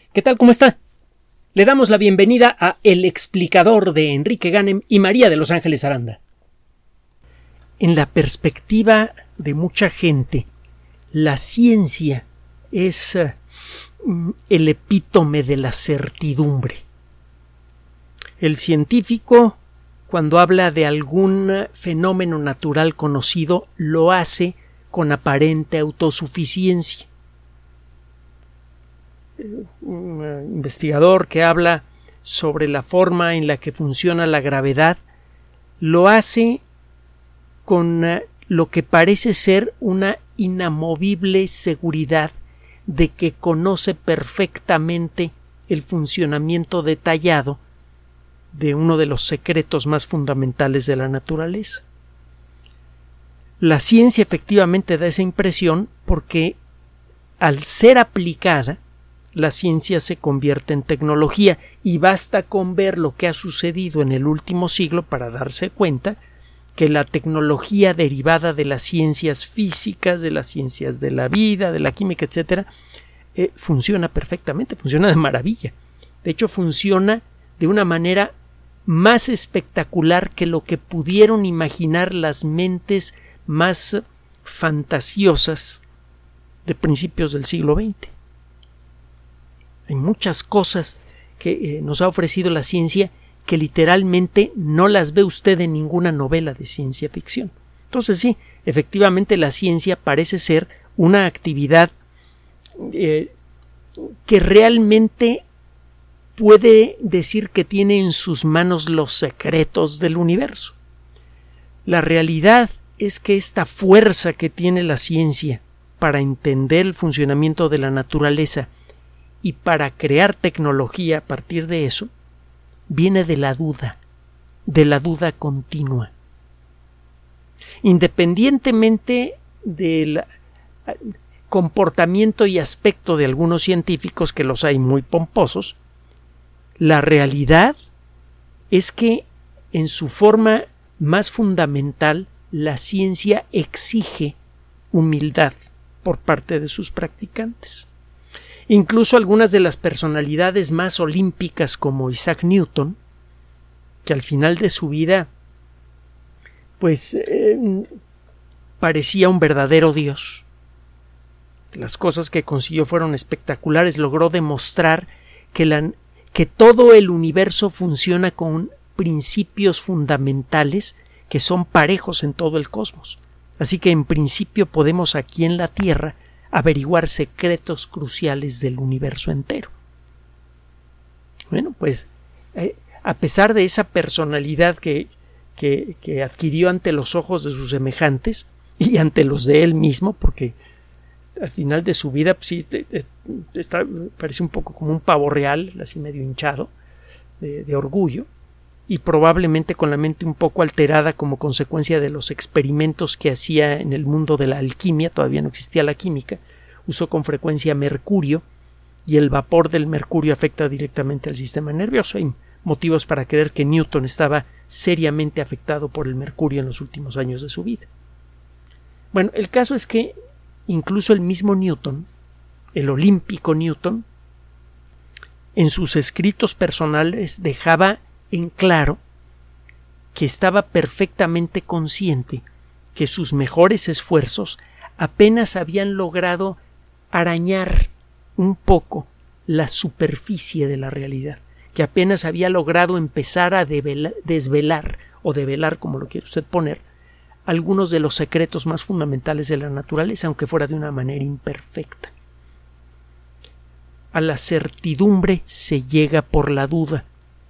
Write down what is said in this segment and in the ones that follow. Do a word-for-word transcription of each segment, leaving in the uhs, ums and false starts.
¿Qué tal? ¿Cómo está? Le damos la bienvenida a El Explicador de Enrique Ganem y María de Los Ángeles Aranda. En la perspectiva de mucha gente, la ciencia es uh, el epítome de la certidumbre. El científico, cuando habla de algún fenómeno natural conocido, lo hace con aparente autosuficiencia. Un investigador que habla sobre la forma en la que funciona la gravedad lo hace con lo que parece ser una inamovible seguridad de que conoce perfectamente el funcionamiento detallado de uno de los secretos más fundamentales de la naturaleza. La ciencia efectivamente da esa impresión porque al ser aplicada, la ciencia se convierte en tecnología y basta con ver lo que ha sucedido en el último siglo para darse cuenta que la tecnología derivada de las ciencias físicas, de las ciencias de la vida, de la química, etcétera, eh, funciona perfectamente, funciona de maravilla. De hecho, funciona de una manera más espectacular que lo que pudieron imaginar las mentes más fantasiosas de principios del siglo veinte. Hay muchas cosas que eh, nos ha ofrecido la ciencia que literalmente no las ve usted en ninguna novela de ciencia ficción. Entonces sí, efectivamente la ciencia parece ser una actividad eh, que realmente puede decir que tiene en sus manos los secretos del universo. La realidad es que esta fuerza que tiene la ciencia para entender el funcionamiento de la naturaleza y para crear tecnología a partir de eso, viene de la duda, de la duda continua. Independientemente del comportamiento y aspecto de algunos científicos, que los hay muy pomposos, la realidad es que en su forma más fundamental la ciencia exige humildad por parte de sus practicantes. Incluso algunas de las personalidades más olímpicas como Isaac Newton, que al final de su vida pues eh, parecía un verdadero dios. Las cosas que consiguió fueron espectaculares. Logró demostrar que, la, que todo el universo funciona con principios fundamentales que son parejos en todo el cosmos. Así que en principio podemos aquí en la Tierra averiguar secretos cruciales del universo entero. Bueno, pues eh, a pesar de esa personalidad que, que, que adquirió ante los ojos de sus semejantes y ante los de él mismo, porque al final de su vida pues, sí, está, parece un poco como un pavo real, así medio hinchado de, de orgullo, y probablemente con la mente un poco alterada como consecuencia de los experimentos que hacía en el mundo de la alquimia. Todavía no existía la química. Usó con frecuencia mercurio y el vapor del mercurio afecta directamente al sistema nervioso. Hay motivos para creer que Newton estaba seriamente afectado por el mercurio en los últimos años de su vida. Bueno, el caso es que incluso el mismo Newton, el olímpico Newton, en sus escritos personales dejaba en claro que estaba perfectamente consciente que sus mejores esfuerzos apenas habían logrado arañar un poco la superficie de la realidad, que apenas había logrado empezar a devela, desvelar o develar, como lo quiere usted poner, algunos de los secretos más fundamentales de la naturaleza, aunque fuera de una manera imperfecta. A la certidumbre se llega por la duda,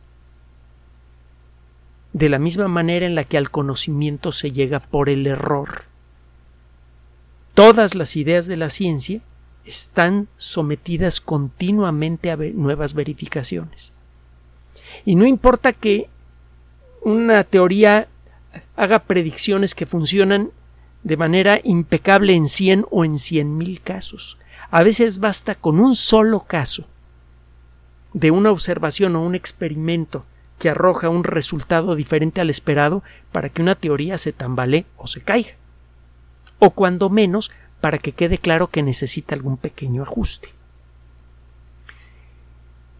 de la misma manera en la que al conocimiento se llega por el error. Todas las ideas de la ciencia están sometidas continuamente a nuevas verificaciones. Y no importa que una teoría haga predicciones que funcionan de manera impecable en cien o en cien mil casos. A veces basta con un solo caso de una observación o un experimento que arroja un resultado diferente al esperado para que una teoría se tambalee o se caiga, o cuando menos para que quede claro que necesita algún pequeño ajuste.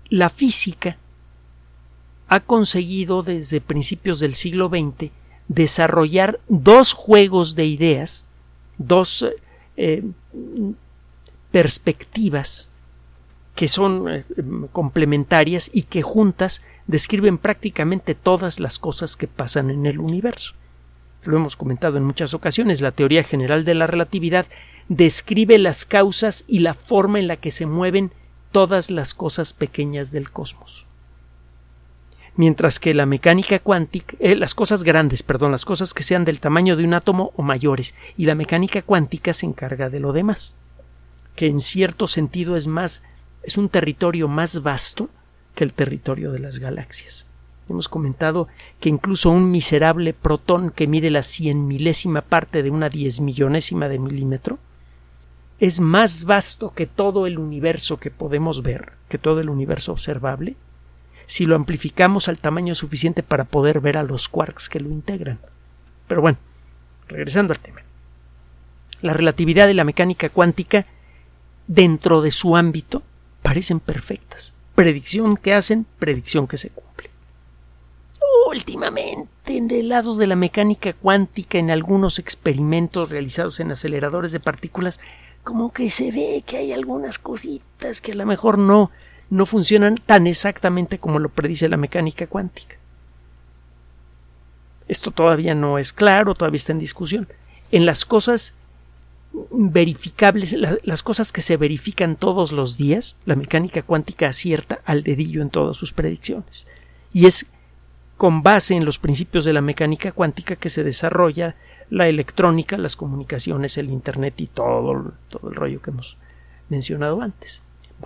la física ha conseguido desde principios del siglo veinte desarrollar dos juegos de ideas, dos eh, perspectivas que son eh, complementarias y que juntas describen prácticamente todas las cosas que pasan en el universo. Lo hemos comentado en muchas ocasiones. La teoría general de la relatividad describe las causas y la forma en la que se mueven todas las cosas pequeñas del cosmos. Mientras que la mecánica cuántica, eh, las cosas grandes, perdón, las cosas que sean del tamaño de un átomo o mayores, y la mecánica cuántica se encarga de lo demás, que en cierto sentido es más, es un territorio más vasto que el territorio de las galaxias. Hemos comentado que incluso un miserable protón que mide la cien milésima parte de una diez millonésima de milímetro es más vasto que todo el universo que podemos ver, que todo el universo observable, si lo amplificamos al tamaño suficiente para poder ver a los quarks que lo integran. Pero bueno, regresando al tema. La relatividad y la mecánica cuántica, dentro de su ámbito, parecen perfectas. Predicción que hacen, predicción que se cumple. Últimamente, del lado de la mecánica cuántica, en algunos experimentos realizados en aceleradores de partículas, como que se ve que hay algunas cositas que a lo mejor no no funcionan tan exactamente como lo predice la mecánica cuántica. Esto todavía no es claro, todavía está en discusión. En las cosas verificables, la, las cosas que se verifican todos los días, la mecánica cuántica acierta al dedillo en todas sus predicciones. Y es con base en los principios de la mecánica cuántica que se desarrolla la electrónica, las comunicaciones, el Internet y todo, todo el rollo que hemos mencionado antes.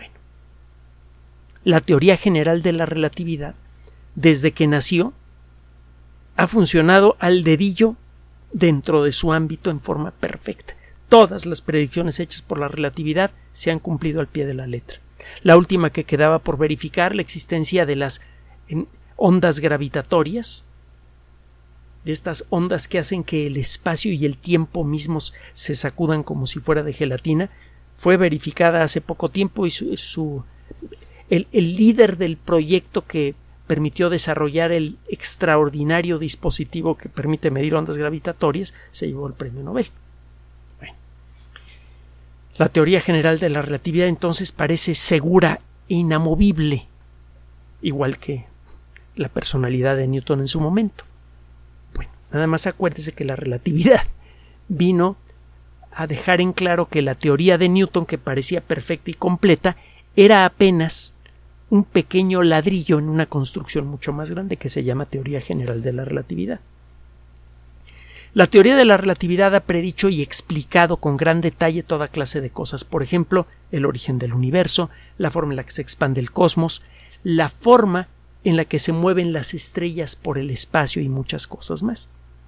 La teoría general de la relatividad, desde que nació, ha funcionado al dedillo dentro de su ámbito en forma perfecta. Todas las predicciones hechas por la relatividad se han cumplido al pie de la letra. La última que quedaba por verificar, la existencia de las ondas gravitatorias, de estas ondas que hacen que el espacio y el tiempo mismos se sacudan como si fuera de gelatina, fue verificada hace poco tiempo y su, su El, el líder del proyecto que permitió desarrollar el extraordinario dispositivo que permite medir ondas gravitatorias se llevó el premio Nobel. Bueno, la teoría general de la relatividad entonces parece segura e inamovible, igual que la personalidad de Newton en su momento. Bueno, nada más acuérdese que la relatividad vino a dejar en claro que la teoría de Newton, que parecía perfecta y completa, era apenas un pequeño ladrillo en una construcción mucho más grande que se llama teoría general de la relatividad. La teoría de la relatividad ha predicho y explicado con gran detalle toda clase de cosas, por ejemplo, el origen del universo, la forma en la que se expande el cosmos, la forma en la que se mueven las estrellas por el espacio y muchas cosas más.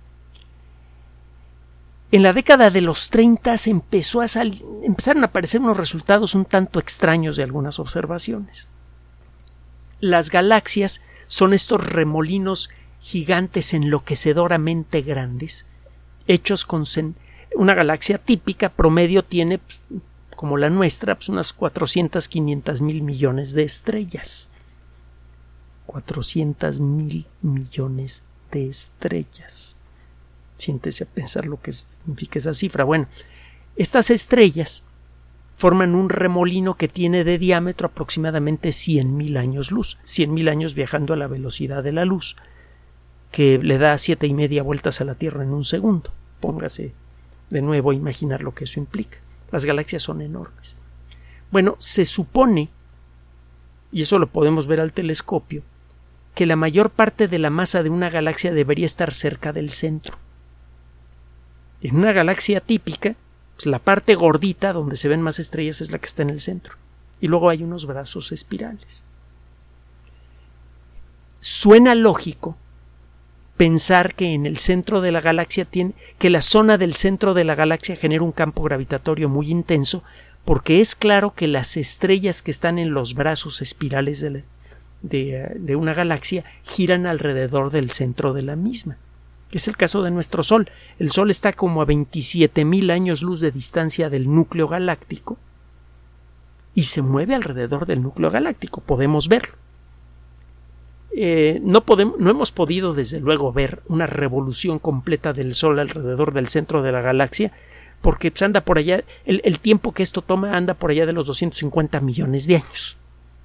En la década de los treinta empezó a sal- empezaron a aparecer unos resultados un tanto extraños de algunas observaciones. Las galaxias son estos remolinos gigantes enloquecedoramente grandes, hechos con una galaxia típica promedio tiene, como la nuestra, pues unas cuatrocientas, quinientas mil millones de estrellas. cuatrocientos mil millones de estrellas. Siéntese a pensar lo que significa esa cifra. Bueno, estas estrellas forman un remolino que tiene de diámetro aproximadamente cien mil años luz, cien mil años viajando a la velocidad de la luz, que le da siete y media vueltas a la Tierra en un segundo. Póngase de nuevo a imaginar lo que eso implica. Las galaxias son enormes. Bueno, se supone, y eso lo podemos ver al telescopio, que la mayor parte de la masa de una galaxia debería estar cerca del centro. En una galaxia típica, pues la parte gordita donde se ven más estrellas es la que está en el centro. Y luego hay unos brazos espirales. Suena lógico pensar que en el centro de la galaxia tiene, que la zona del centro de la galaxia genera un campo gravitatorio muy intenso, porque es claro que las estrellas que están en los brazos espirales de, la, de, de una galaxia giran alrededor del centro de la misma. Es el caso de nuestro Sol. El Sol está como a veintisiete mil años luz de distancia del núcleo galáctico y se mueve alrededor del núcleo galáctico. Podemos verlo. Eh, no, podemos, no hemos podido, desde luego, ver una revolución completa del Sol alrededor del centro de la galaxia, porque pues, anda por allá, el, el tiempo que esto toma anda por allá de los doscientos cincuenta millones de años.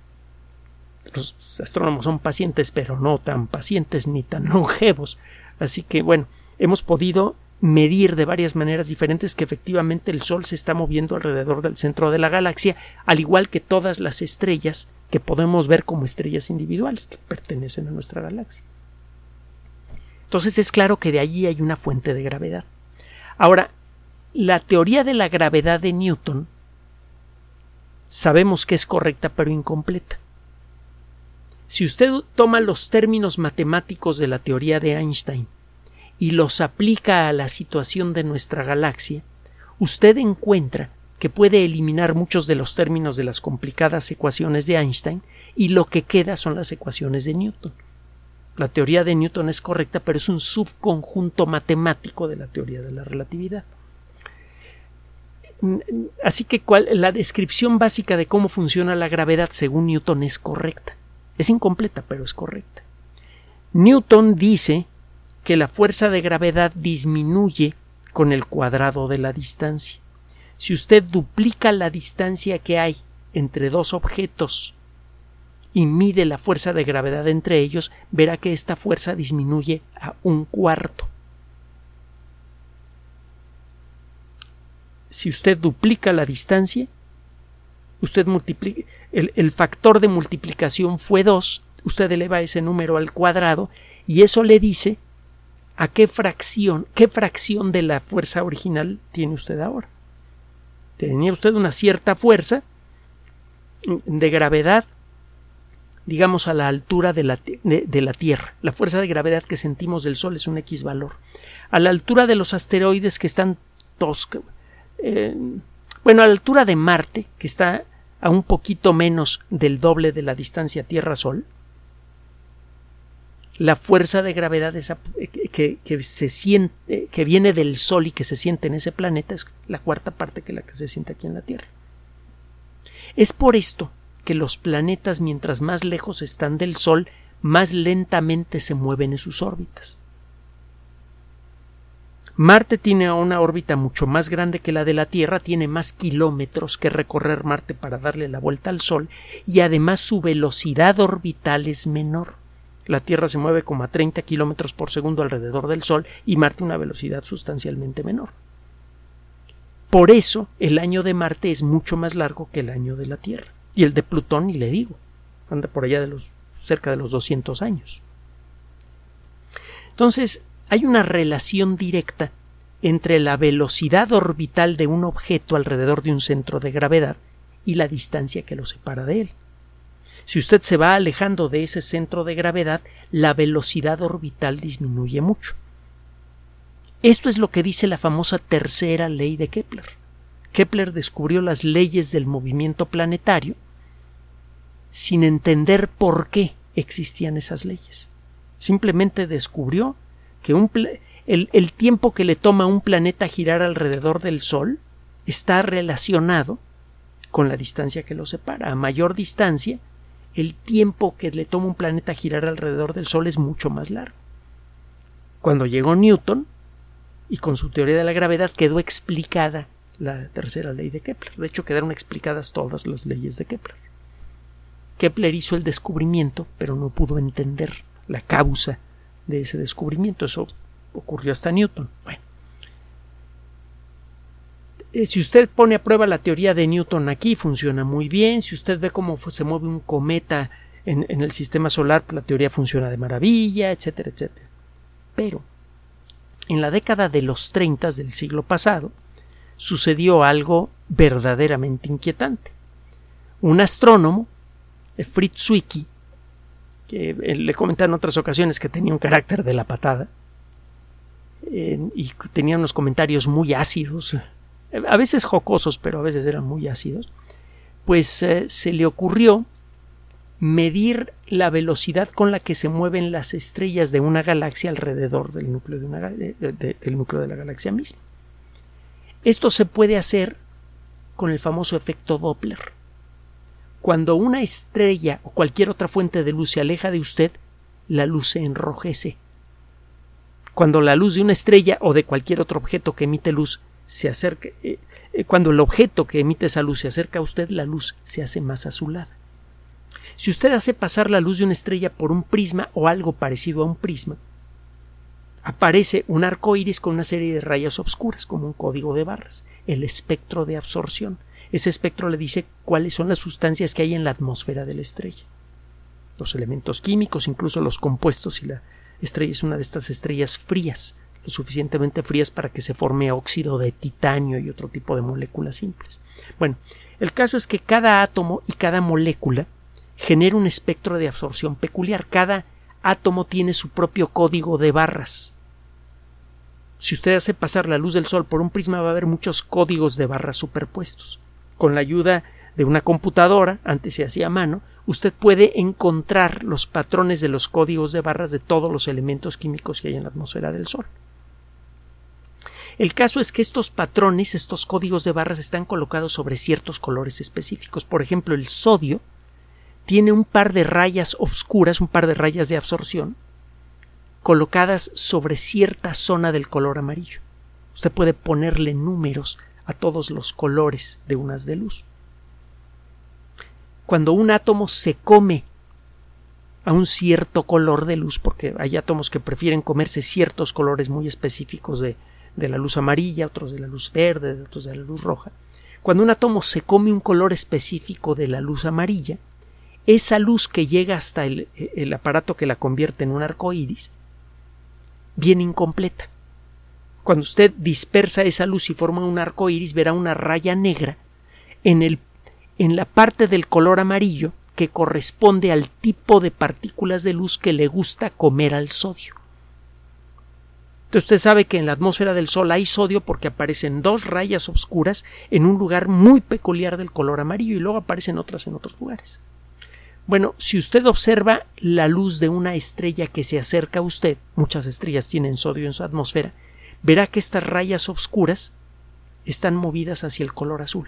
Los astrónomos son pacientes, pero no tan pacientes ni tan longevos. Así que, bueno, hemos podido medir de varias maneras diferentes que efectivamente el Sol se está moviendo alrededor del centro de la galaxia, al igual que todas las estrellas que podemos ver como estrellas individuales que pertenecen a nuestra galaxia. Entonces es claro que de allí hay una fuente de gravedad. Ahora, la teoría de la gravedad de Newton sabemos que es correcta pero incompleta. Si usted toma los términos matemáticos de la teoría de Einstein y los aplica a la situación de nuestra galaxia, usted encuentra que puede eliminar muchos de los términos de las complicadas ecuaciones de Einstein y lo que queda son las ecuaciones de Newton. La teoría de Newton es correcta, pero es un subconjunto matemático de la teoría de la relatividad. Así que ¿cuál? La descripción básica de cómo funciona la gravedad según Newton es correcta. Es incompleta, pero es correcta. Newton dice que la fuerza de gravedad disminuye con el cuadrado de la distancia. Si usted duplica la distancia que hay entre dos objetos y mide la fuerza de gravedad entre ellos, verá que esta fuerza disminuye a un cuarto. Si usted duplica la distancia, usted multiplica, el, el factor de multiplicación fue dos, usted eleva ese número al cuadrado y eso le dice a qué fracción, qué fracción de la fuerza original tiene usted ahora. Tenía usted una cierta fuerza de gravedad, digamos a la altura de la, de, de la Tierra. La fuerza de gravedad que sentimos del Sol es un X valor. A la altura de los asteroides que están tosca, eh, bueno, a la altura de Marte, que está a un poquito menos del doble de la distancia Tierra-Sol, la fuerza de gravedad esa, que, que, se siente, que viene del Sol y que se siente en ese planeta es la cuarta parte que la que se siente aquí en la Tierra. Es por esto que los planetas, mientras más lejos están del Sol, más lentamente se mueven en sus órbitas. Marte tiene una órbita mucho más grande que la de la Tierra, tiene más kilómetros que recorrer Marte para darle la vuelta al Sol y además su velocidad orbital es menor. La Tierra se mueve como a treinta kilómetros por segundo alrededor del Sol y Marte a una velocidad sustancialmente menor. Por eso el año de Marte es mucho más largo que el año de la Tierra. Y el de Plutón, ni le digo, anda por allá de los cerca de los doscientos años. Entonces, hay una relación directa entre la velocidad orbital de un objeto alrededor de un centro de gravedad y la distancia que lo separa de él. Si usted se va alejando de ese centro de gravedad, la velocidad orbital disminuye mucho. Esto es lo que dice la famosa tercera ley de Kepler. Kepler descubrió las leyes del movimiento planetario sin entender por qué existían esas leyes. Simplemente descubrió que un el, el tiempo que le toma a un planeta girar alrededor del Sol está relacionado con la distancia que lo separa. A mayor distancia, el tiempo que le toma un planeta girar alrededor del Sol es mucho más largo. Cuando llegó Newton, y con su teoría de la gravedad quedó explicada la tercera ley de Kepler. De hecho, quedaron explicadas todas las leyes de Kepler. Kepler hizo el descubrimiento, pero no pudo entender la causa de ese descubrimiento. Eso ocurrió hasta Newton. Bueno, si usted pone a prueba la teoría de Newton aquí, funciona muy bien. Si usted ve cómo se mueve un cometa en, en el sistema solar, la teoría funciona de maravilla, etcétera, etcétera. Pero en la década de los treinta del siglo pasado sucedió algo verdaderamente inquietante. Un astrónomo, Fritz Zwicky, que le comenté en otras ocasiones que tenía un carácter de la patada eh, y tenía unos comentarios muy ácidos, a veces jocosos, pero a veces eran muy ácidos, pues eh, se le ocurrió medir la velocidad con la que se mueven las estrellas de una galaxia alrededor del núcleo de, una, de, de, del núcleo de la galaxia misma. Esto se puede hacer con el famoso efecto Doppler. Cuando una estrella o cualquier otra fuente de luz se aleja de usted, la luz se enrojece. Cuando la luz de una estrella o de cualquier otro objeto que emite luz se acerca, eh, eh, cuando el objeto que emite esa luz se acerca a usted, la luz se hace más azulada. Si usted hace pasar la luz de una estrella por un prisma o algo parecido a un prisma, aparece un arco iris con una serie de rayas oscuras, como un código de barras, el espectro de absorción. Ese espectro le dice cuáles son las sustancias que hay en la atmósfera de la estrella. Los elementos químicos, incluso los compuestos, y la estrella es una de estas estrellas frías, lo suficientemente frías para que se forme óxido de titanio y otro tipo de moléculas simples. Bueno, el caso es que cada átomo y cada molécula genera un espectro de absorción peculiar. Cada átomo tiene su propio código de barras. Si usted hace pasar la luz del sol por un prisma, va a haber muchos códigos de barras superpuestos. Con la ayuda de una computadora, antes se hacía a mano, usted puede encontrar los patrones de los códigos de barras de todos los elementos químicos que hay en la atmósfera del Sol. El caso es que estos patrones, estos códigos de barras, están colocados sobre ciertos colores específicos. Por ejemplo, el sodio tiene un par de rayas oscuras, un par de rayas de absorción, colocadas sobre cierta zona del color amarillo. Usted puede ponerle números a todos los colores de un haz de luz. Cuando un átomo se come a un cierto color de luz, porque hay átomos que prefieren comerse ciertos colores muy específicos de, de la luz amarilla, otros de la luz verde, otros de la luz roja. Cuando un átomo se come un color específico de la luz amarilla, esa luz que llega hasta el, el aparato que la convierte en un arco iris viene incompleta. Cuando usted dispersa esa luz y forma un arco iris, verá una raya negra en, el, en la parte del color amarillo que corresponde al tipo de partículas de luz que le gusta comer al sodio. Entonces usted sabe que en la atmósfera del Sol hay sodio porque aparecen dos rayas oscuras en un lugar muy peculiar del color amarillo y luego aparecen otras en otros lugares. Bueno, si usted observa la luz de una estrella que se acerca a usted, muchas estrellas tienen sodio en su atmósfera, verá que estas rayas oscuras están movidas hacia el color azul.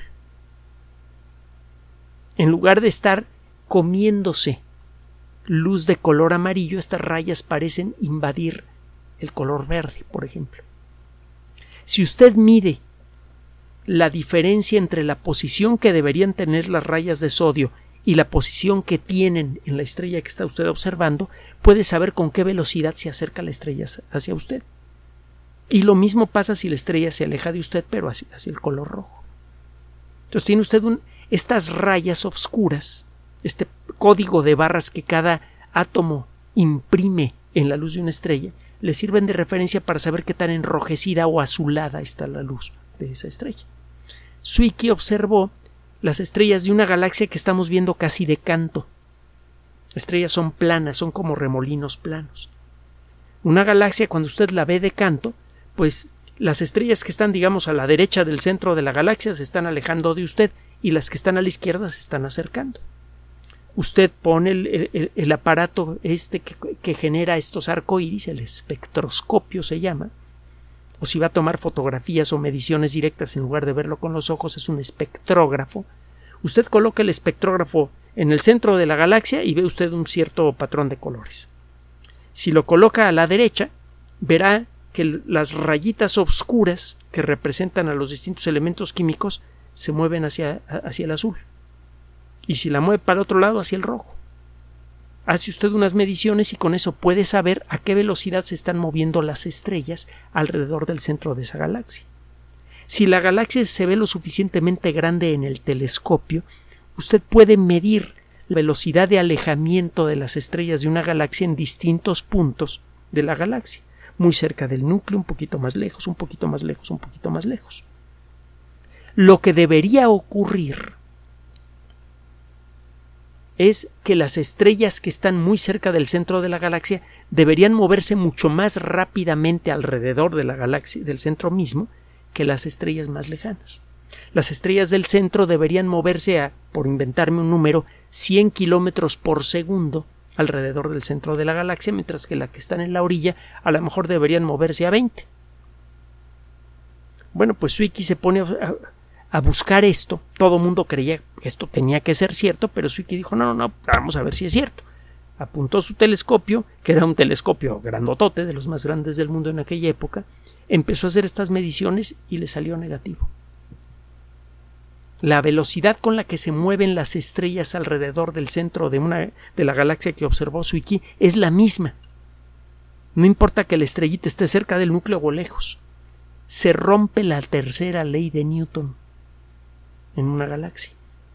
En lugar de estar comiéndose luz de color amarillo, estas rayas parecen invadir el color verde, por ejemplo. Si usted mide la diferencia entre la posición que deberían tener las rayas de sodio y la posición que tienen en la estrella que está usted observando, puede saber con qué velocidad se acerca la estrella hacia usted. Y lo mismo pasa si la estrella se aleja de usted, pero hacia, hacia el color rojo. Entonces tiene usted un, estas rayas oscuras, este código de barras que cada átomo imprime en la luz de una estrella, le sirven de referencia para saber qué tan enrojecida o azulada está la luz de esa estrella. Zwicky observó las estrellas de una galaxia que estamos viendo casi de canto. Las estrellas son planas, son como remolinos planos. Una galaxia, cuando usted la ve de canto, pues las estrellas que están, digamos, a la derecha del centro de la galaxia se están alejando de usted y las que están a la izquierda se están acercando. Usted pone el, el, el aparato este que, que genera estos arcoíris, el espectroscopio se llama, o si va a tomar fotografías o mediciones directas en lugar de verlo con los ojos, es un espectrógrafo. Usted coloca el espectrógrafo en el centro de la galaxia y ve usted un cierto patrón de colores. Si lo coloca a la derecha, verá que las rayitas oscuras que representan a los distintos elementos químicos se mueven hacia, hacia el azul. Y si la mueve para el otro lado, hacia el rojo. Hace usted unas mediciones y con eso puede saber a qué velocidad se están moviendo las estrellas alrededor del centro de esa galaxia. Si la galaxia se ve lo suficientemente grande en el telescopio, usted puede medir la velocidad de alejamiento de las estrellas de una galaxia en distintos puntos de la galaxia, muy cerca del núcleo, un poquito más lejos, un poquito más lejos, un poquito más lejos. Lo que debería ocurrir es que las estrellas que están muy cerca del centro de la galaxia deberían moverse mucho más rápidamente alrededor de la galaxia, del centro mismo, que las estrellas más lejanas. Las estrellas del centro deberían moverse a, por inventarme un número, cien kilómetros por segundo alrededor del centro de la galaxia, mientras que las que están en la orilla a lo mejor deberían moverse a veinte. Bueno, pues Zwicky se pone a, a buscar esto. Todo el mundo creía que esto tenía que ser cierto, pero Zwicky dijo, no, no, no, vamos a ver si es cierto. Apuntó su telescopio, que era un telescopio grandotote, de los más grandes del mundo en aquella época, empezó a hacer estas mediciones y le salió negativo. La velocidad con la que se mueven las estrellas alrededor del centro de, una, de la galaxia que observó Zwicky es la misma. No importa que la estrellita esté cerca del núcleo o lejos. Se rompe la tercera ley de Newton en una galaxia.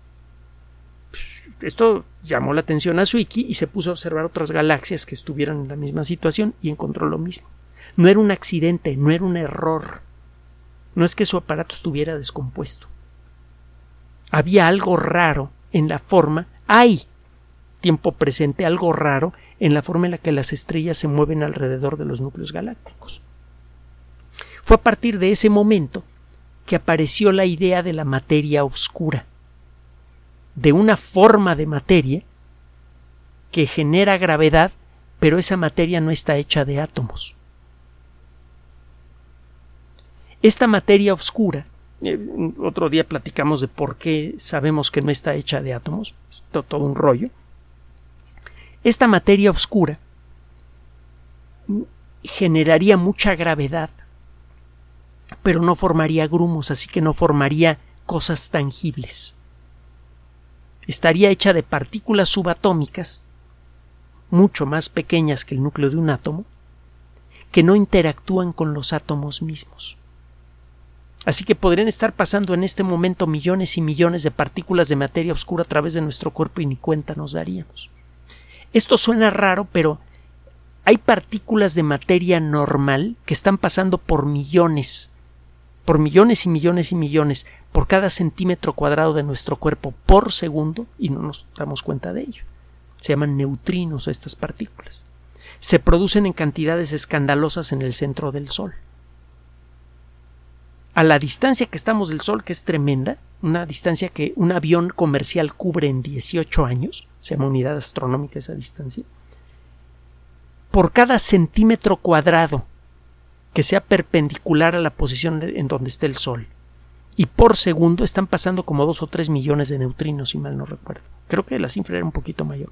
Esto llamó la atención a Zwicky y se puso a observar otras galaxias que estuvieran en la misma situación y encontró lo mismo. No era un accidente, no era un error. No es que su aparato estuviera descompuesto. Había algo raro en la forma, hay tiempo presente algo raro en la forma en la que las estrellas se mueven alrededor de los núcleos galácticos. Fue a partir de ese momento que apareció la idea de la materia oscura, de una forma de materia que genera gravedad, pero esa materia no está hecha de átomos. Esta materia oscura, eh, otro día platicamos de por qué sabemos que no está hecha de átomos, es todo, todo un rollo. Esta materia oscura generaría mucha gravedad, pero no formaría grumos, así que no formaría cosas tangibles. Estaría hecha de partículas subatómicas, mucho más pequeñas que el núcleo de un átomo, que no interactúan con los átomos mismos. Así que podrían estar pasando en este momento millones y millones de partículas de materia oscura a través de nuestro cuerpo y ni cuenta nos daríamos. Esto suena raro, pero hay partículas de materia normal que están pasando por millones, por millones y millones y millones, por cada centímetro cuadrado de nuestro cuerpo por segundo y no nos damos cuenta de ello. Se llaman neutrinos estas partículas. Se producen en cantidades escandalosas en el centro del Sol. A la distancia que estamos del Sol, que es tremenda, una distancia que un avión comercial cubre en dieciocho años, se llama unidad astronómica esa distancia, por cada centímetro cuadrado que sea perpendicular a la posición en donde esté el Sol, y por segundo están pasando como dos o tres millones de neutrinos, si mal no recuerdo. Creo que la cifra era un poquito mayor.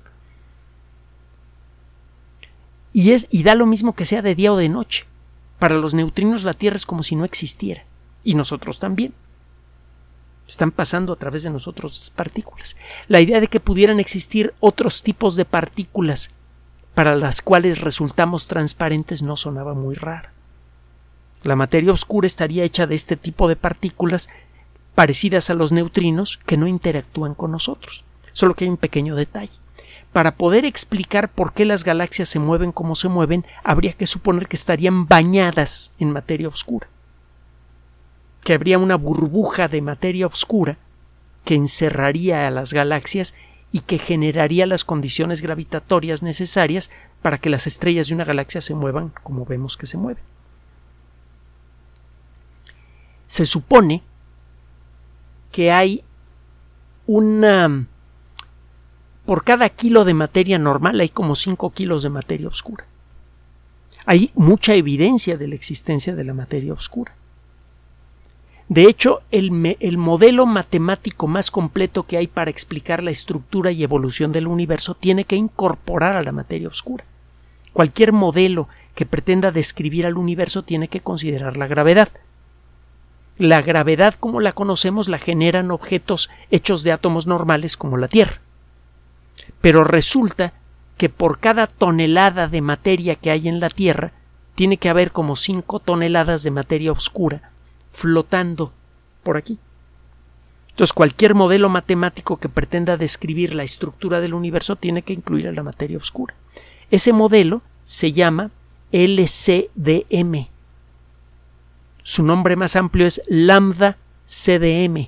Y, es, y da lo mismo que sea de día o de noche. Para los neutrinos la Tierra es como si no existiera. Y nosotros también. Están pasando a través de nosotros estas partículas. La idea de que pudieran existir otros tipos de partículas para las cuales resultamos transparentes no sonaba muy rara. La materia oscura estaría hecha de este tipo de partículas parecidas a los neutrinos que no interactúan con nosotros. Solo que hay un pequeño detalle. Para poder explicar por qué las galaxias se mueven como se mueven, habría que suponer que estarían bañadas en materia oscura. Que habría una burbuja de materia oscura que encerraría a las galaxias y que generaría las condiciones gravitatorias necesarias para que las estrellas de una galaxia se muevan como vemos que se mueven. Se supone que hay una... Por cada kilo de materia normal hay como cinco kilos de materia oscura. Hay mucha evidencia de la existencia de la materia oscura. De hecho, el, me, el modelo matemático más completo que hay para explicar la estructura y evolución del universo tiene que incorporar a la materia oscura. Cualquier modelo que pretenda describir al universo tiene que considerar la gravedad. La gravedad, como la conocemos, la generan objetos hechos de átomos normales como la Tierra. Pero resulta que por cada tonelada de materia que hay en la Tierra, tiene que haber como cinco toneladas de materia oscura flotando por aquí. Entonces, cualquier modelo matemático que pretenda describir la estructura del universo tiene que incluir a la materia oscura. Ese modelo se llama L C D M. Su nombre más amplio es Lambda C D M.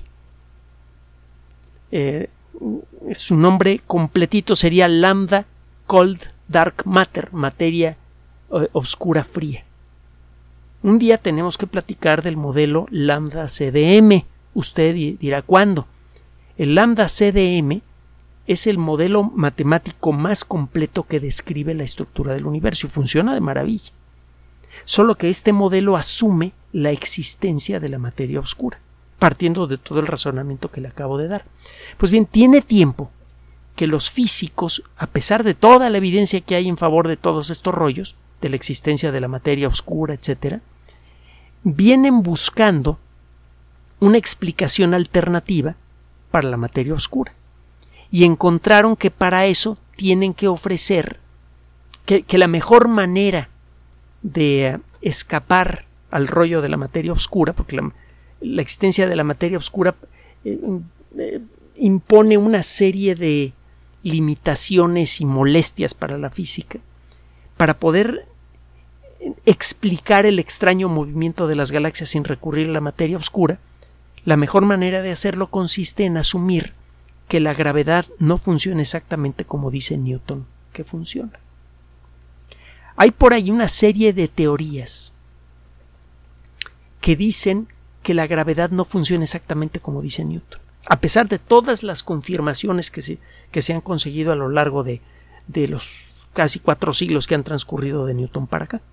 Eh, su nombre completito sería Lambda Cold Dark Matter, materia eh, oscura fría. Un día tenemos que platicar del modelo Lambda C D M. Usted dirá ¿cuándo? El Lambda C D M es el modelo matemático más completo que describe la estructura del universo y funciona de maravilla. Solo que este modelo asume la existencia de la materia oscura. partiendo de todo el razonamiento que le acabo de dar. Pues bien, tiene tiempo que los físicos, a pesar de toda la evidencia que hay en favor de todos estos rollos, de la existencia de la materia oscura, etcétera, vienen buscando una explicación alternativa para la materia oscura. Y encontraron que para eso tienen que ofrecer que, que la mejor manera de escapar al rollo de la materia oscura, porque la, la existencia de la materia oscura eh, eh, impone una serie de limitaciones y molestias para la física, para poder explicar el extraño movimiento de las galaxias sin recurrir a la materia oscura, la mejor manera de hacerlo consiste en asumir que la gravedad no funciona exactamente como dice Newton que funciona. Hay por ahí una serie de teorías que dicen que la gravedad no funciona exactamente como dice Newton, a pesar de todas las confirmaciones que se, que se han conseguido a lo largo de, de los casi cuatro siglos que han transcurrido de Newton para acá.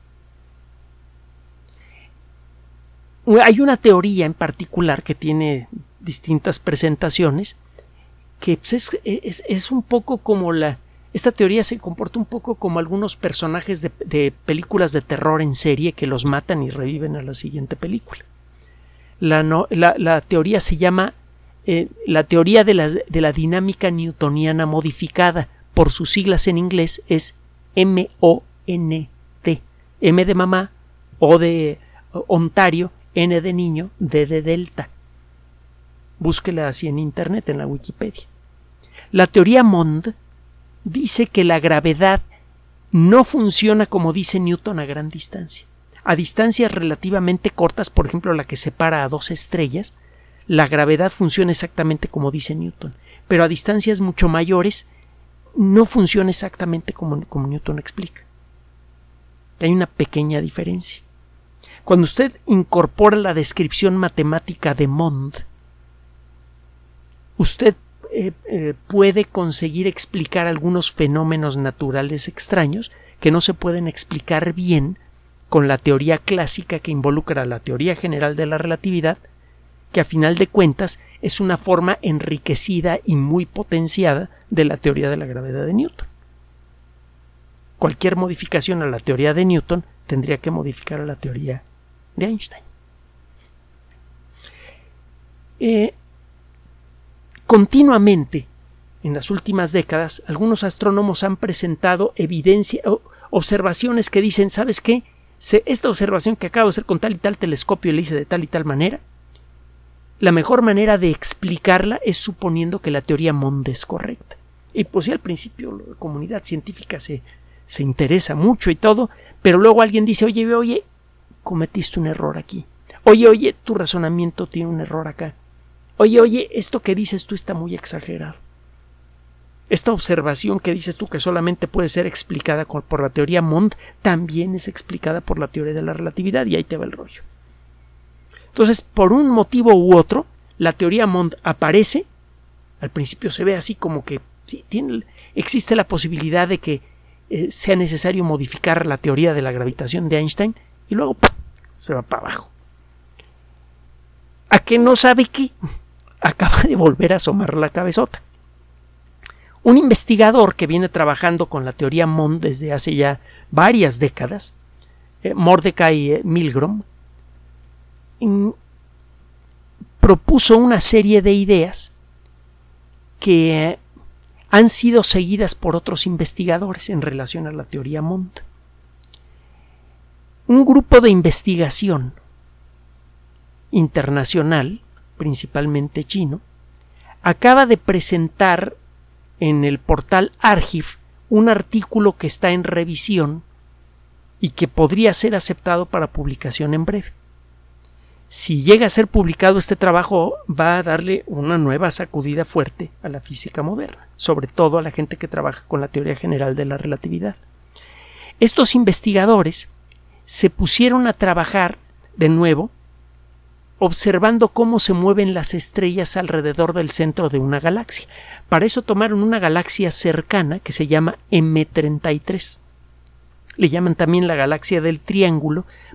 Hay una teoría en particular que tiene distintas presentaciones que pues, es, es, es un poco como la... Esta teoría se comporta un poco como algunos personajes de, de películas de terror en serie que los matan y reviven a la siguiente película. La, no, la, la teoría se llama eh, la teoría de la, de la dinámica newtoniana modificada. Por sus siglas en inglés es M O N T. M de mamá, O de Ontario, N de niño, D de delta. Búsquela así en internet, en la Wikipedia. La teoría Mond dice que la gravedad no funciona como dice Newton a gran distancia. A distancias relativamente cortas, por ejemplo la que separa a dos estrellas, la gravedad funciona exactamente como dice Newton, pero a distancias mucho mayores no funciona exactamente como, como Newton explica. Hay una pequeña diferencia. Cuando usted incorpora la descripción matemática de Mond, usted eh, eh, puede conseguir explicar algunos fenómenos naturales extraños que no se pueden explicar bien con la teoría clásica que involucra la teoría general de la relatividad, que a final de cuentas es una forma enriquecida y muy potenciada de la teoría de la gravedad de Newton. Cualquier modificación a la teoría de Newton tendría que modificar a la teoría de Einstein. Eh, continuamente, en las últimas décadas, algunos astrónomos han presentado evidencia, observaciones que dicen, ¿sabes qué? Esta observación que acabo de hacer con tal y tal telescopio la hice de tal y tal manera. La mejor manera de explicarla es suponiendo que la teoría Mond es correcta. Y pues sí, al principio la comunidad científica se, se interesa mucho y todo, pero luego alguien dice, oye, oye, cometiste un error aquí. Oye, oye, tu razonamiento tiene un error acá. Oye, oye, esto que dices tú está muy exagerado. Esta observación que dices tú que solamente puede ser explicada por la teoría Mond también es explicada por la teoría de la relatividad y ahí te va el rollo. Entonces, por un motivo u otro, la teoría Mond aparece, al principio se ve así como que sí, tiene, existe la posibilidad de que eh, sea necesario modificar la teoría de la gravitación de Einstein y luego ¡pum!, se va para abajo. ¿A qué no sabe qué? Acaba de volver a asomar la cabezota. Un investigador que viene trabajando con la teoría Mond desde hace ya varias décadas, eh, Mordecai eh, Milgrom, in, propuso una serie de ideas que eh, han sido seguidas por otros investigadores en relación a la teoría Mond. Un grupo de investigación internacional, principalmente chino, acaba de presentar en el portal Argiv un artículo que está en revisión y que podría ser aceptado para publicación en breve. Si llega a ser publicado este trabajo, va a darle una nueva sacudida fuerte a la física moderna, sobre todo a la gente que trabaja con la teoría general de la relatividad. Estos investigadores se pusieron a trabajar de nuevo observando cómo se mueven las estrellas alrededor del centro de una galaxia. Para eso tomaron una galaxia cercana que se llama M treinta y tres. Le llaman también la galaxia del triángulo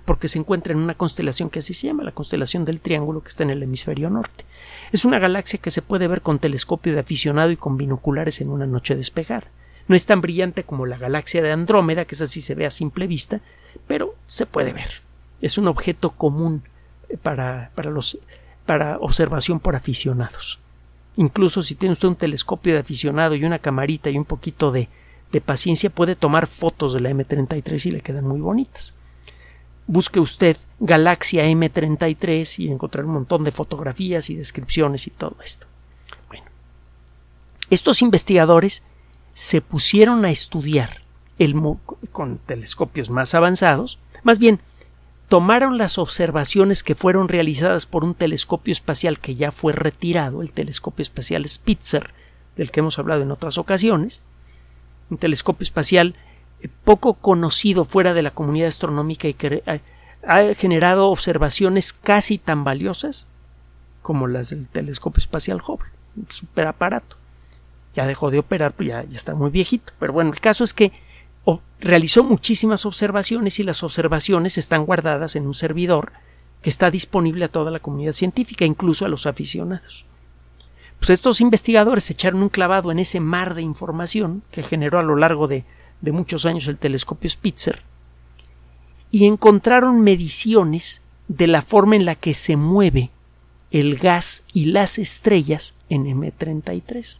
porque se encuentra en una constelación que así se llama, la constelación del Triángulo, que está en el hemisferio norte. Es una galaxia que se puede ver con telescopio de aficionado y con binoculares en una noche despejada. No es tan brillante como la galaxia de Andrómeda, que esa sí se ve a simple vista, pero se puede ver. Es un objeto común para, para, los, para observación por aficionados. Incluso si tiene usted un telescopio de aficionado y una camarita y un poquito de, de paciencia, puede tomar fotos de la eme treinta y tres y le quedan muy bonitas. Busque usted galaxia eme treinta y tres y encontrará un montón de fotografías y descripciones y todo esto. Bueno, estos investigadores se pusieron a estudiar el, con telescopios más avanzados, más bien tomaron las observaciones que fueron realizadas por un telescopio espacial que ya fue retirado, el telescopio espacial Spitzer, del que hemos hablado en otras ocasiones, un telescopio espacial poco conocido fuera de la comunidad astronómica y que ha generado observaciones casi tan valiosas como las del telescopio espacial Hubble, un superaparato. Ya dejó de operar, pues ya, ya está muy viejito. Pero bueno, el caso es que oh, realizó muchísimas observaciones y las observaciones están guardadas en un servidor que está disponible a toda la comunidad científica, incluso a los aficionados. Pues estos investigadores echaron un clavado en ese mar de información que generó a lo largo de, de muchos años el telescopio Spitzer y encontraron mediciones de la forma en la que se mueve el gas y las estrellas en eme treinta y tres.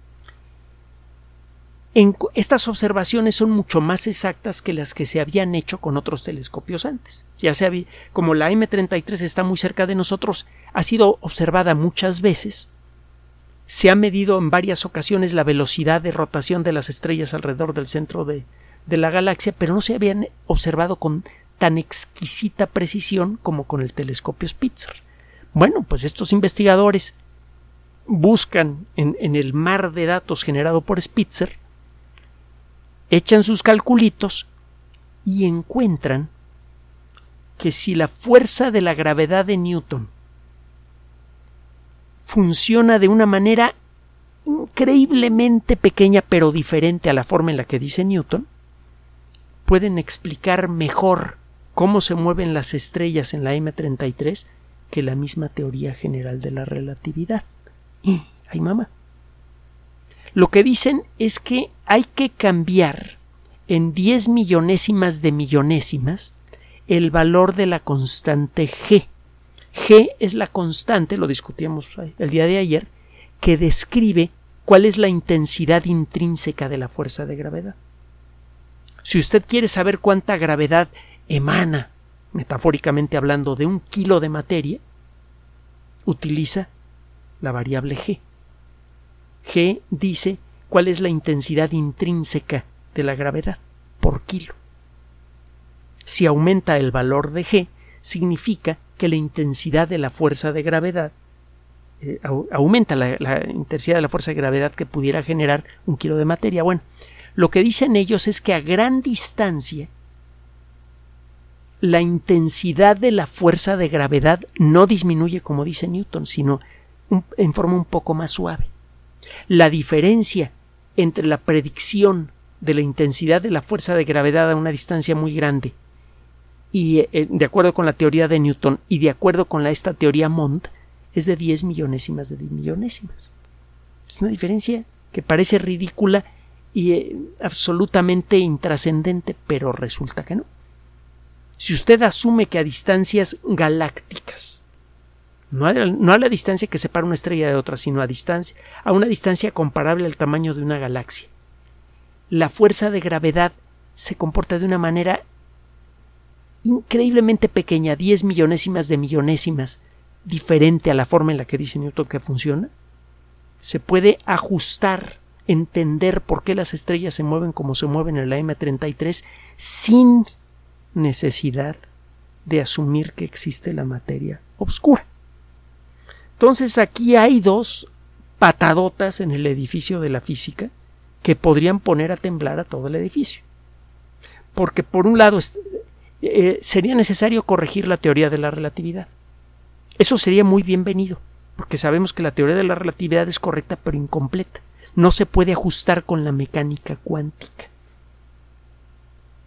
En, estas observaciones son mucho más exactas que las que se habían hecho con otros telescopios antes. Ya se había, como la eme treinta y tres está muy cerca de nosotros, ha sido observada muchas veces. Se ha medido en varias ocasiones la velocidad de rotación de las estrellas alrededor del centro de, de la galaxia, pero no se habían observado con tan exquisita precisión como con el telescopio Spitzer. Bueno, pues estos investigadores buscan en, en el mar de datos generado por Spitzer, echan sus calculitos y encuentran que si la fuerza de la gravedad de Newton funciona de una manera increíblemente pequeña pero diferente a la forma en la que dice Newton, pueden explicar mejor cómo se mueven las estrellas en la eme treinta y tres que la misma teoría general de la relatividad. ¡Y ay, mamá! Lo que dicen es que hay que cambiar en diez millonésimas de millonésimas el valor de la constante G. G es la constante, lo discutíamos el día de ayer, que describe cuál es la intensidad intrínseca de la fuerza de gravedad. Si usted quiere saber cuánta gravedad emana, metafóricamente hablando, de un kilo de materia, utiliza la variable G. G dice cuál es la intensidad intrínseca de la gravedad por kilo. Si aumenta el valor de G, significa que la intensidad de la fuerza de gravedad eh, aumenta la, la intensidad de la fuerza de gravedad que pudiera generar un kilo de materia. Bueno, lo que dicen ellos es que a gran distancia la intensidad de la fuerza de gravedad no disminuye como dice Newton, sino un, en forma un poco más suave. La diferencia entre la predicción de la intensidad de la fuerza de gravedad a una distancia muy grande y eh, de acuerdo con la teoría de Newton y de acuerdo con la, esta teoría Mond es de diez millonésimas de millonésimas. Es una diferencia que parece ridícula y eh, absolutamente intrascendente, pero resulta que no. Si usted asume que a distancias galácticas, no a, no a la distancia que separa una estrella de otra, sino a distancia, a una distancia comparable al tamaño de una galaxia, la fuerza de gravedad se comporta de una manera increíblemente pequeña, diez millonésimas de millonésimas, diferente a la forma en la que dice Newton que funciona, se puede ajustar, entender por qué las estrellas se mueven como se mueven en la eme treinta y tres sin necesidad de asumir que existe la materia oscura. Entonces aquí hay dos patadotas en el edificio de la física que podrían poner a temblar a todo el edificio. Porque por un lado eh, sería necesario corregir la teoría de la relatividad. Eso sería muy bienvenido, porque sabemos que la teoría de la relatividad es correcta pero incompleta. No se puede ajustar con la mecánica cuántica.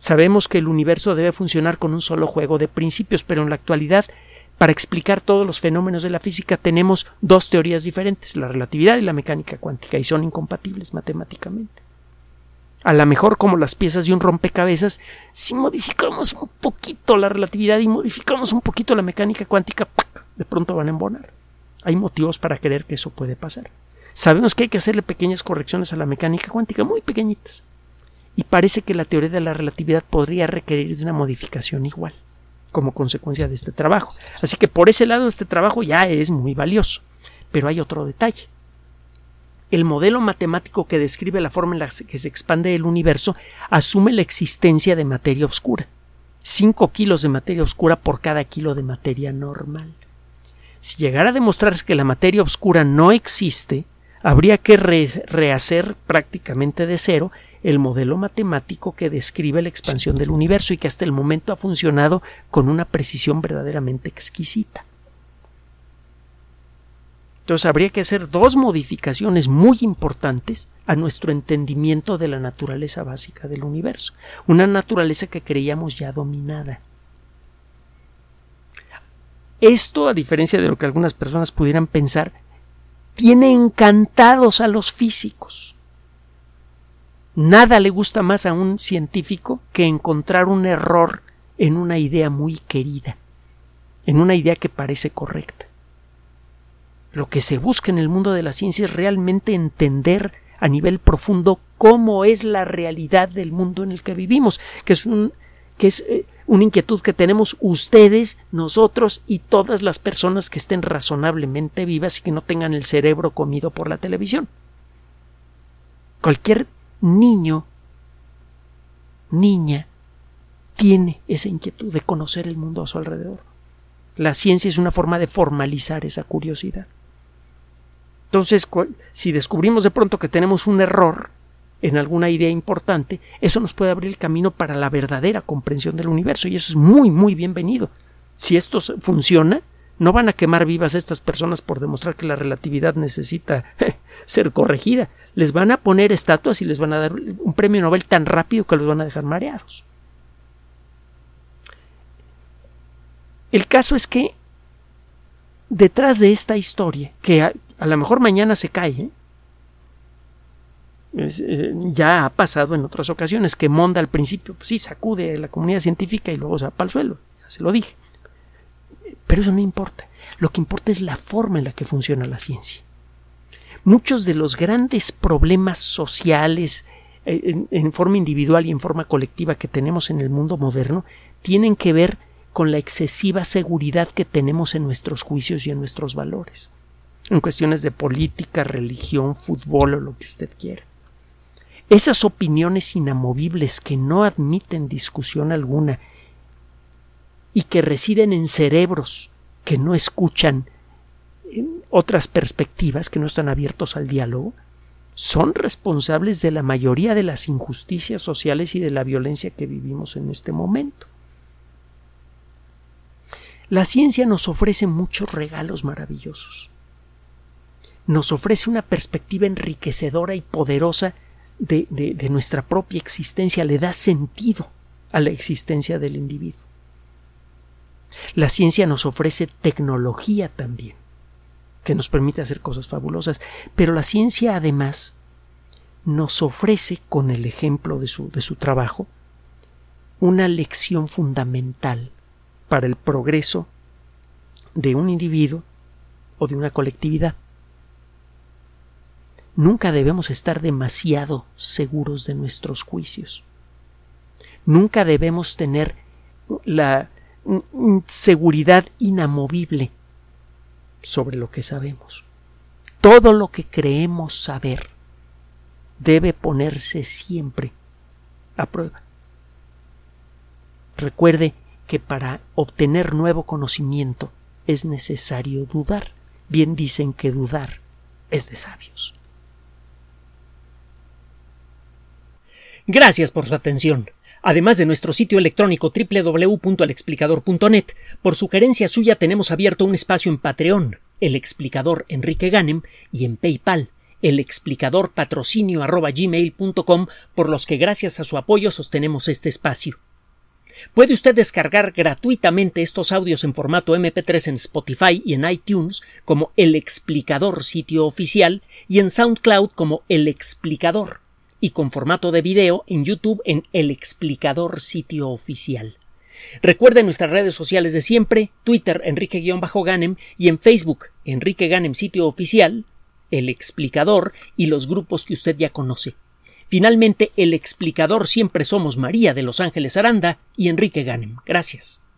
Sabemos que el universo debe funcionar con un solo juego de principios, pero en la actualidad, para explicar todos los fenómenos de la física, tenemos dos teorías diferentes, la relatividad y la mecánica cuántica, y son incompatibles matemáticamente. A lo mejor, como las piezas de un rompecabezas, si modificamos un poquito la relatividad y modificamos un poquito la mecánica cuántica, ¡pac!, de pronto van a embonar. Hay motivos para creer que eso puede pasar. Sabemos que hay que hacerle pequeñas correcciones a la mecánica cuántica, muy pequeñitas. Y parece que la teoría de la relatividad podría requerir de una modificación igual, como consecuencia de este trabajo. Así que por ese lado este trabajo ya es muy valioso. Pero hay otro detalle. El modelo matemático que describe la forma en la que se expande el universo asume la existencia de materia oscura. cinco kilos de materia oscura por cada kilo de materia normal. Si llegara a demostrarse que la materia oscura no existe, habría que re- rehacer prácticamente de cero el modelo matemático que describe la expansión del universo y que hasta el momento ha funcionado con una precisión verdaderamente exquisita. Entonces habría que hacer dos modificaciones muy importantes a nuestro entendimiento de la naturaleza básica del universo, una naturaleza que creíamos ya dominada. Esto, a diferencia de lo que algunas personas pudieran pensar, tiene encantados a los físicos. Nada le gusta más a un científico que encontrar un error en una idea muy querida, en una idea que parece correcta. Lo que se busca en el mundo de la ciencia es realmente entender a nivel profundo cómo es la realidad del mundo en el que vivimos, que es un, que es eh, una inquietud que tenemos ustedes, nosotros y todas las personas que estén razonablemente vivas y que no tengan el cerebro comido por la televisión. Cualquier niño, niña, tiene esa inquietud de conocer el mundo a su alrededor. La ciencia es una forma de formalizar esa curiosidad. Entonces, si descubrimos de pronto que tenemos un error en alguna idea importante, eso nos puede abrir el camino para la verdadera comprensión del universo, y eso es muy, muy bienvenido. Si esto funciona, no van a quemar vivas a estas personas por demostrar que la relatividad necesita ser corregida. Les van a poner estatuas y les van a dar un premio Nobel tan rápido que los van a dejar mareados. El caso es que detrás de esta historia, que a, a lo mejor mañana se cae, ¿eh? Es, eh, ya ha pasado en otras ocasiones, que Monda al principio, pues sí, sacude a la comunidad científica y luego se va para el suelo, ya se lo dije. Pero eso no importa. Lo que importa es la forma en la que funciona la ciencia. Muchos de los grandes problemas sociales eh, en, en forma individual y en forma colectiva que tenemos en el mundo moderno tienen que ver con la excesiva seguridad que tenemos en nuestros juicios y en nuestros valores, en cuestiones de política, religión, fútbol o lo que usted quiera. Esas opiniones inamovibles que no admiten discusión alguna y que residen en cerebros que no escuchan otras perspectivas, que no están abiertos al diálogo, son responsables de la mayoría de las injusticias sociales y de la violencia que vivimos en este momento. La ciencia nos ofrece muchos regalos maravillosos. Nos ofrece una perspectiva enriquecedora y poderosa de, de, de nuestra propia existencia, le da sentido a la existencia del individuo. La ciencia nos ofrece tecnología también, que nos permite hacer cosas fabulosas, pero la ciencia además nos ofrece, con el ejemplo de su, de su trabajo, una lección fundamental para el progreso de un individuo o de una colectividad. Nunca debemos estar demasiado seguros de nuestros juicios. Nunca debemos tener la seguridad inamovible sobre lo que sabemos. Todo lo que creemos saber debe ponerse siempre a prueba. Recuerde que para obtener nuevo conocimiento es necesario dudar. Bien dicen que dudar es de sabios. Gracias por su atención. Además de nuestro sitio electrónico doble u doble u doble u punto el explicador punto net, por sugerencia suya tenemos abierto un espacio en Patreon, El Explicador Enrique Ganem, y en PayPal, elexplicadorpatrocinio arroba gmail punto com, por los que gracias a su apoyo sostenemos este espacio. Puede usted descargar gratuitamente estos audios en formato eme pe tres en Spotify y en iTunes como El Explicador sitio oficial y en SoundCloud como El Explicador, y con formato de video en YouTube en El Explicador sitio oficial. Recuerde nuestras redes sociales de siempre, Twitter Enrique-Ganem y en Facebook Enrique Ganem sitio oficial, El Explicador y los grupos que usted ya conoce. Finalmente, El Explicador siempre somos María de Los Ángeles Aranda y Enrique Ganem. Gracias.